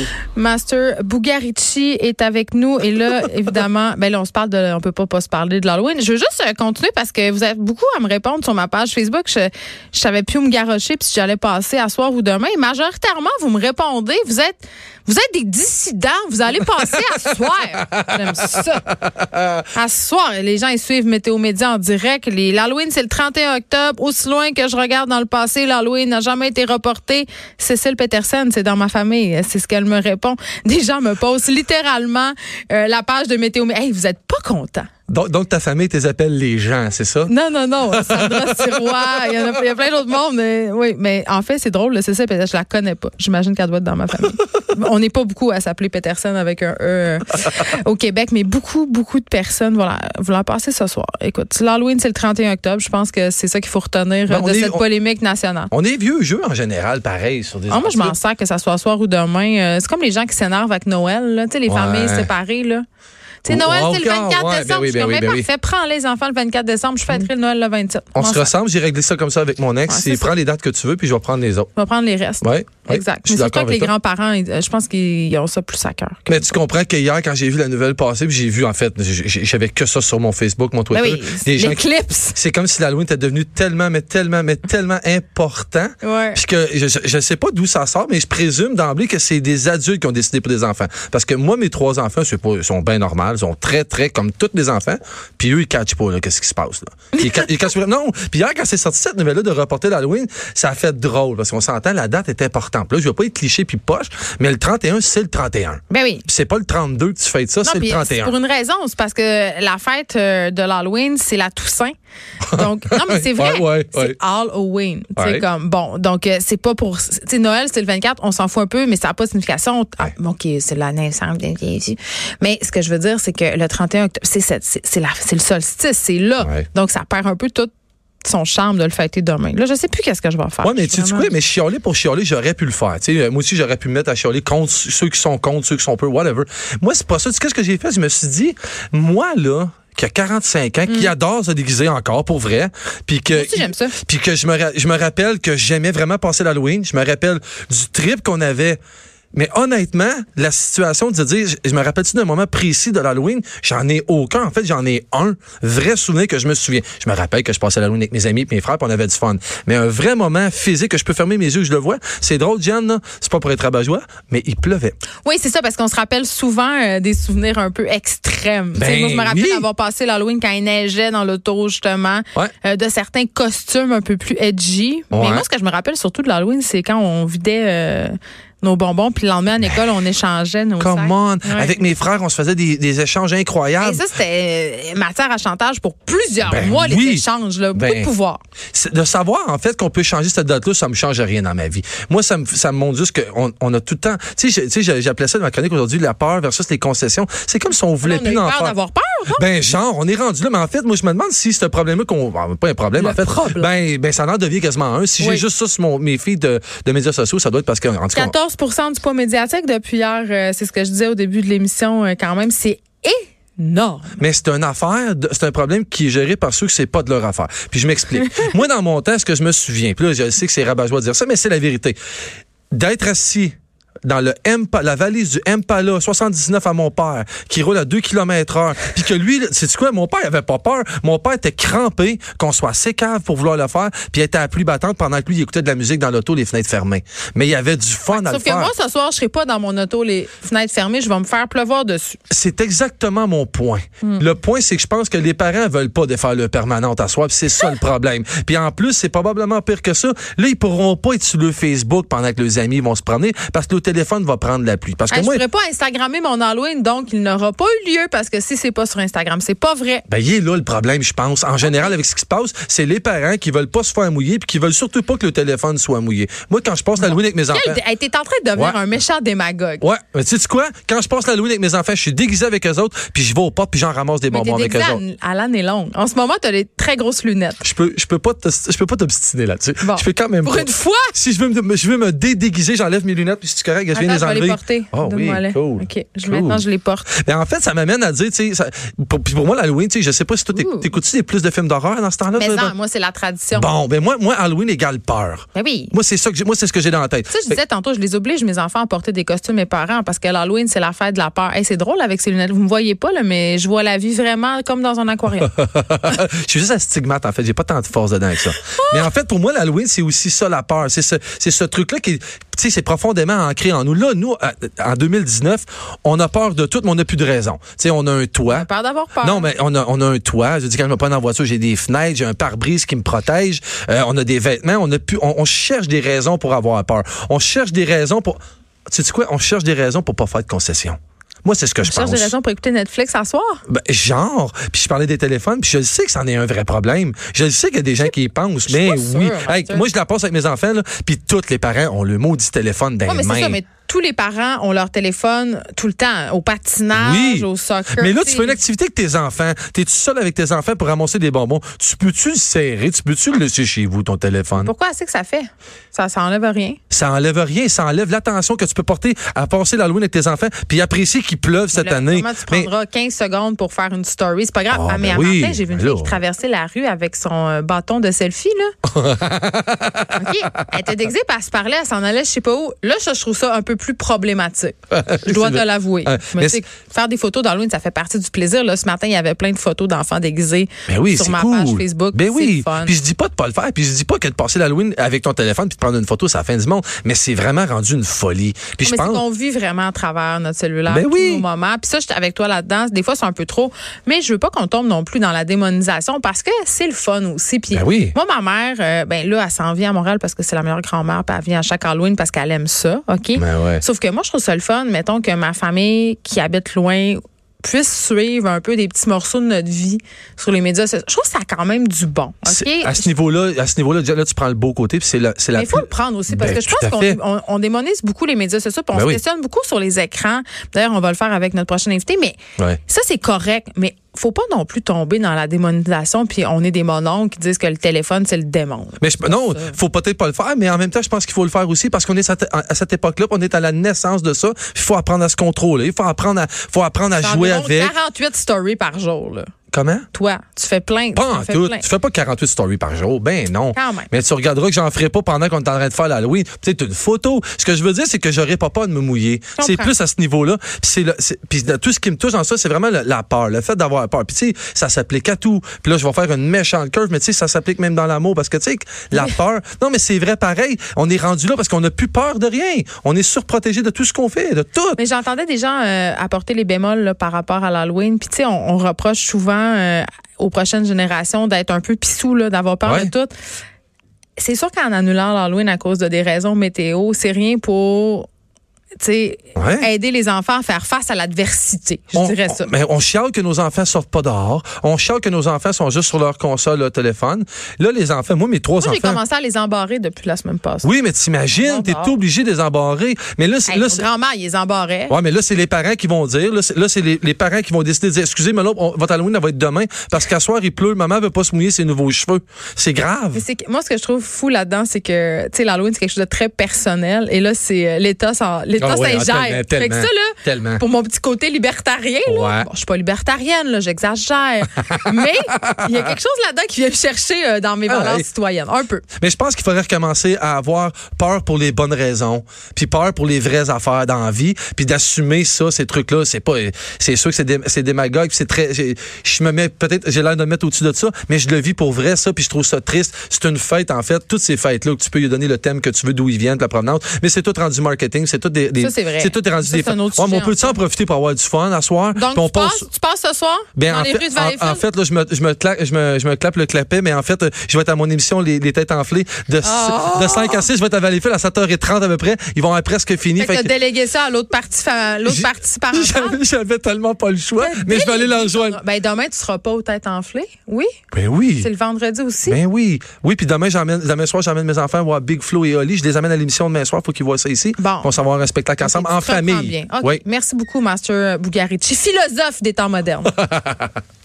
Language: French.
Master Bugarici est avec nous. Et là, évidemment, là, on peut pas se parler de l'Halloween. Je veux juste continuer parce que vous êtes beaucoup à me répondre sur ma page Facebook. Je savais plus où me garrocher puis si j'allais passer à soir ou demain. Et majoritairement, vous me répondez. Vous êtes des dissidents. Vous allez passer à soir. J'aime ça. À soir. Les gens, ils suivent Météo Média en direct. L'Halloween, c'est le 31 octobre. Aussi loin que je regarde dans le passé, l'Halloween n'a jamais été reporté. Cécile Peterson, c'est dans ma famille. C'est ce qu'elle me répond. Des gens me posent littéralement la page de Météo Média. Hey, vous êtes pas contents. Donc, ta famille, t'es appelle les gens, c'est ça? Non. Sandra Sirois, il y a plein d'autres mondes. Oui, mais en fait, c'est drôle, c'est ça, je la connais pas. J'imagine qu'elle doit être dans ma famille. On n'est pas beaucoup à s'appeler Peterson avec un E au Québec, mais beaucoup de personnes vont passer ce soir. Écoute, l'Halloween, c'est le 31 octobre. Je pense que c'est ça qu'il faut retenir de cette polémique nationale. On est vieux jeu en général, pareil, sur des moi, je m'en sers que ça soit soir ou demain. C'est comme les gens qui s'énervent avec Noël, là. Tu sais, les familles séparées, là. Tu sais, Noël, c'est le 24 décembre. Parfait. Prends les enfants le 24 décembre. Je fêterai le Noël le 27. On se ressemble. J'ai réglé ça comme ça avec mon ex. Prends les dates que tu veux, puis je vais prendre les autres. Je vais prendre les restes. Oui. Exact. Mais c'est toi que les grands-parents, je pense qu'ils ont ça plus à cœur. Mais tu comprends qu'hier, quand j'ai vu la nouvelle passer, puis j'ai vu, en fait, j'avais que ça sur mon Facebook, mon Twitter. Des gens l'éclipse. C'est comme si l'Halloween était devenu tellement important. Ouais. Puis que je sais pas d'où ça sort, mais je présume d'emblée que c'est des adultes qui ont décidé pour des enfants. Parce que moi, mes 3 enfants, ils sont bien normaux. Ils sont très, très comme tous les enfants. Puis eux, ils catchent pas, là, qu'est-ce qui se passe, là. Ils catchent pas. Non. Puis hier, quand c'est sorti cette nouvelle-là de reporter l'Halloween, ça a fait drôle. Parce qu'on s'entend, la date est importante. Là, je vais pas être cliché puis poche, mais le 31, c'est le 31. Ben oui. Puis c'est pas le 32 que tu fêtes ça, c'est le 31. C'est pour une raison. C'est parce que la fête de l'Halloween, c'est la Toussaint. Donc, non, mais c'est vrai. C'est Halloween. C'est comme, bon, donc, c'est pas pour, tu sais, Noël, c'est le 24, on s'en fout un peu, mais ça n'a pas de signification. OK, c'est la naissance de Jésus. Mais ce que je veux dire, c'est que le 31 octobre, c'est le solstice, c'est là. Ouais. Donc, ça perd un peu tout son charme de le fêter demain. Là, je sais plus qu'est-ce que je vais faire. Oui, mais tu sais quoi, mais chialer pour chialer, j'aurais pu le faire. T'sais, moi aussi, j'aurais pu me mettre à chialer contre ceux qui sont contre, ceux qui sont peu, whatever. Moi, c'est pas ça. Tu sais, qu'est-ce que j'ai fait? Je me suis dit, moi, là, qui a 45 ans, qui adore se déguiser encore, pour vrai. Puis que, moi aussi, j'aime ça. Puis que je me rappelle que j'aimais vraiment passer l'Halloween. Je me rappelle du trip qu'on avait. Mais honnêtement, la situation de dire, je me rappelle-tu d'un moment précis de l'Halloween? J'en ai aucun. En fait, j'en ai un vrai souvenir que je me souviens. Je me rappelle que je passais l'Halloween avec mes amis et mes frères, puis on avait du fun. Mais un vrai moment physique que je peux fermer mes yeux, je le vois. C'est drôle, Diane, là. C'est pas pour être rabat-joie, mais il pleuvait. Oui, c'est ça, parce qu'on se rappelle souvent des souvenirs un peu extrêmes. Moi, je me rappelle d'avoir passé l'Halloween quand il neigeait dans l'auto, justement, de certains costumes un peu plus edgy. Mais moi, ce que je me rappelle surtout de l'Halloween, c'est quand on vidait nos bonbons, puis le lendemain, à l'école, on échangeait nos sacs. Come on! Ouais. Avec mes frères, on se faisait des échanges incroyables. Et ça, c'était matière à chantage pour plusieurs mois, les échanges, là. Beaucoup de pouvoir. De savoir, en fait, qu'on peut changer cette date-là, ça me change rien dans ma vie. Moi, ça me montre juste qu'on a tout le temps... Tu sais, j'appelais ça dans ma chronique aujourd'hui, la peur versus les concessions. C'est comme si on voulait plus en faire. On a peur d'avoir peur, hein? Genre, on est rendu là. Mais en fait, moi, je me demande si ce problème-là pas un problème, en fait. Ça en devient quasiment un. Si j'ai juste ça sur mes feeds de médias sociaux, ça doit être parce que... En tout cas, 14% du poids médiatique depuis hier, c'est ce que je disais au début de l'émission, quand même, c'est énorme. Mais c'est c'est un problème qui est géré par ceux que c'est pas de leur affaire. Puis je m'explique. Moi, dans mon temps, ce que je me souviens, puis là, je sais que c'est rabat-joie de dire ça, mais c'est la vérité. D'être assis dans la valise du Impala 79 à mon père, qui roule à 2 km/h, puis que lui, sais-tu quoi, mon père avait pas peur. Mon père était crampé qu'on soit assez cave pour vouloir le faire, puis il était à la pluie battante pendant que lui, il écoutait de la musique dans l'auto, les fenêtres fermées. Mais il y avait du fun à le faire. Sauf que moi, ce soir, je serai pas dans mon auto, les fenêtres fermées, je vais me faire pleuvoir dessus. C'est exactement mon point. Le point, c'est que je pense que les parents veulent pas défaire le permanent à soi, puis c'est ça le problème. Puis en plus, c'est probablement pire que ça. Là, ils pourront pas être sur le Facebook pendant que leurs amis vont se promener, parce que le téléphone va prendre la pluie. Parce que moi, je pourrais pas Instagrammer mon Halloween, donc il n'aura pas eu lieu parce que si c'est pas sur Instagram, c'est pas vrai. Il est là le problème, je pense. En général, avec ce qui se passe, c'est les parents qui veulent pas se faire mouiller puis qui veulent surtout pas que le téléphone soit mouillé. Moi, quand je passe l'Halloween avec mes enfants... T'es en train de devenir un méchant démagogue. Ouais, mais tu sais quoi? Quand je passe l'Halloween avec mes enfants, je suis déguisé avec eux autres, puis je vais au pop puis j'en ramasse des bonbons avec eux autres. À l'année longue. En ce moment, t'as des très grosses lunettes. Je peux pas t'obstiner là-dessus. Bon. Je peux quand même Pour pas. une fois! Si je veux me déguiser, j'enlève mes lunettes puis c'est correct. correct, je viens de les je vais enlever. les porter. Oh oui, cool. OK, Cool. maintenant, je les porte. Mais en fait, ça m'amène à dire, tu sais, pour moi, l'Halloween, tu sais, je sais pas si toi, t'écoutes-tu plus de films d'horreur dans ce temps-là? Mais non, moi, c'est la tradition. Bon, ben moi, Halloween égale peur. Ben oui. Moi, c'est ça que c'est ce que j'ai dans la tête. Tu sais, je disais tantôt, je les oblige, mes enfants, à porter des costumes, mes parents, parce que l'Halloween, c'est la fête de la peur. Hey, c'est drôle avec ces lunettes. Vous me voyez pas, là, mais je vois la vie vraiment comme dans un aquarium. Je suis juste astigmate, en fait. J'ai pas tant de force dedans avec ça. Mais en fait, pour moi, l'Halloween, c'est aussi ça, la peur. C'est ce truc-là qui, tu sais, c'est profondément ancré en nous. Là, nous, en 2019, on a peur de tout, mais on n'a plus de raison. Tu sais, on a un toit. On a peur d'avoir peur. Non, mais on a un toit. Je dis, quand je me prends en voiture, j'ai des fenêtres, j'ai un pare-brise qui me protège. On a des vêtements. On cherche des raisons pour avoir peur. On cherche des raisons pour... Tu sais quoi? On cherche des raisons pour pas faire de concessions. Moi, c'est ce que je pense. Tu cherches des raisons pour écouter Netflix à soir? Ben, genre. Puis je parlais des téléphones, puis je sais que c'en est un vrai problème. Je sais qu'il y a des gens qui y pensent, mais oui. Hey, moi, je la passe avec mes enfants, là, puis tous les parents ont le maudit téléphone dans les mains. C'est ça, mais tous les parents ont leur téléphone tout le temps, au patinage, au soccer. Mais là, tu fais une activité avec tes enfants. T'es-tu seul avec tes enfants pour ramasser des bonbons? Tu peux-tu le serrer? Tu peux-tu le laisser chez vous, ton téléphone? Pourquoi c'est que ça fait? Ça enlève rien. Ça enlève rien. Ça enlève l'attention que tu peux porter à passer l'Halloween avec tes enfants puis apprécier qu'il pleuve cette année. Comment tu prendras 15 secondes pour faire une story? C'est pas grave. Mais à matin, j'ai vu une fille qui traversait la rue avec son bâton de selfie, là. OK. Elle était déguisée, puis elle se parlait, elle s'en allait, je sais pas où. Là, je trouve ça un peu plus problématique. Je dois te l'avouer. Mais faire des photos d'Halloween, ça fait partie du plaisir. Là, ce matin, il y avait plein de photos d'enfants déguisés sur ma page Facebook. Ben oui. Fun. Puis je dis pas de pas le faire. Puis je dis pas que de passer l'Halloween avec ton téléphone puis de prendre une photo, c'est la fin du monde. Mais c'est vraiment rendu une folie. Puis je pense... c'est qu'on vit vraiment à travers notre cellulaire tous nos moments. Puis ça, j'étais avec toi là-dedans. Des fois, c'est un peu trop. Mais je veux pas qu'on tombe non plus dans la démonisation parce que c'est le fun aussi. Puis moi, ma mère, là, elle s'en vient à Montréal parce que c'est la meilleure grand-mère. Puis elle vient à chaque Halloween parce qu'elle aime ça. OK? Sauf que moi, je trouve ça le fun. Mettons que ma famille qui habite loin puisse suivre un peu des petits morceaux de notre vie sur les médias. Je trouve que ça a quand même du bon. Okay? À ce niveau-là, là, tu prends le beau côté. Puis mais il faut le prendre aussi parce que je pense qu'on démonise beaucoup les médias sociaux. Puis on se questionne beaucoup sur les écrans. D'ailleurs, on va le faire avec notre prochain invité. Mais ça, c'est correct. Mais faut pas non plus tomber dans la démonisation. Puis on est des mononcles qui disent que le téléphone, c'est le démon. Mais non, faut peut-être pas le faire. Mais en même temps, je pense qu'il faut le faire aussi parce qu'on est à cette époque-là. On est à la naissance de ça. Il faut apprendre à se contrôler. Il faut apprendre à jouer avec. 48 stories par jour, là. Comment? Toi, tu fais plein. Pas en tout. Tu fais pas 48 stories par jour. Ben non. Quand même. Mais tu regarderas que j'en ferai pas pendant qu'on est en train de faire l'Halloween. Peut-être une photo. Ce que je veux dire, c'est que j'aurais pas peur de me mouiller. C'est plus à ce niveau-là. Puis tout ce qui me touche dans ça, c'est vraiment la peur. Le fait d'avoir peur. Puis tu sais, ça s'applique à tout. Puis là, je vais faire une méchante curve, mais tu sais, ça s'applique même dans l'amour. Parce que tu sais, la peur. Non, mais c'est vrai pareil. On est rendu là parce qu'on n'a plus peur de rien. On est surprotégé de tout ce qu'on fait, de tout. Mais j'entendais des gens apporter les bémols là, par rapport à l'Halloween. Puis tu sais, on reproche souvent aux prochaines générations d'être un peu pissou, là, d'avoir peur de tout. C'est sûr qu'en annulant l'Halloween à cause de des raisons météo, c'est rien pour aider les enfants à faire face à l'adversité. Je dirais ça. Mais on chiale que nos enfants sortent pas dehors. On chiale que nos enfants sont juste sur leur console, leur téléphone. Là, les enfants, moi, mes trois enfants... j'ai commencé à les embarrer depuis la semaine passée. Oui, mais t'imagines, t'es obligé de les embarrer. Mais là, mon grand-mère, il les embarrait. Ouais, mais là, c'est les parents qui vont dire. Là, c'est les parents qui vont décider de dire, excusez, mais là, votre Halloween, elle va être demain parce qu'à soir, il pleut, maman veut pas se mouiller ses nouveaux cheveux. C'est grave. Mais moi, ce que je trouve fou là-dedans, c'est que, tu sais, l'Halloween, c'est quelque chose de très personnel. Et là, c'est l'État s'ingère. Fait que ça, là, pour mon petit côté libertarien, là, bon, je suis pas libertarienne, là, j'exagère. Mais il y a quelque chose là-dedans qui vient me chercher dans mes valeurs citoyennes, un peu. Mais je pense qu'il faudrait recommencer à avoir peur pour les bonnes raisons, puis peur pour les vraies affaires dans la vie, puis d'assumer ça, ces trucs-là. C'est sûr que c'est démagogue, c'est très. Je me mets peut-être, j'ai l'air de me mettre au-dessus de ça, mais je le vis pour vrai ça, puis je trouve ça triste. C'est une fête en fait, toutes ces fêtes-là que tu peux lui donner le thème que tu veux, d'où ils viennent, de la provenance, mais c'est tout rendu marketing, c'est tout des ça, c'est vrai. C'est tout rendu des. Mais on peut en profiter pour avoir du fun à soir. Donc tu passes ce soir dans les rues de Valleyfield? En fait, là, je me clappe le clapet, mais en fait, je vais être à mon émission Les Têtes enflées de 5 à 6. Je vais être à Valleyfield à 7h30 à peu près. Ils vont être presque finis. Fait que t'as délégué ça à l'autre partie parentale? J'avais tellement pas le choix, mais je vais aller leur rejoindre. Ben demain, tu seras pas aux Têtes enflées? Oui? Ben oui. C'est le vendredi aussi? Ben oui. Oui, puis demain soir, j'emmène mes enfants voir Big Flo et Oli. Je les amène à l'émission demain soir. Faut qu'ils voient ça ici. Bon. On s'en va avoir un spectacle ensemble, en famille. Bien. Okay. Oui. Merci beaucoup, Master Bugarici, philosophe des temps modernes.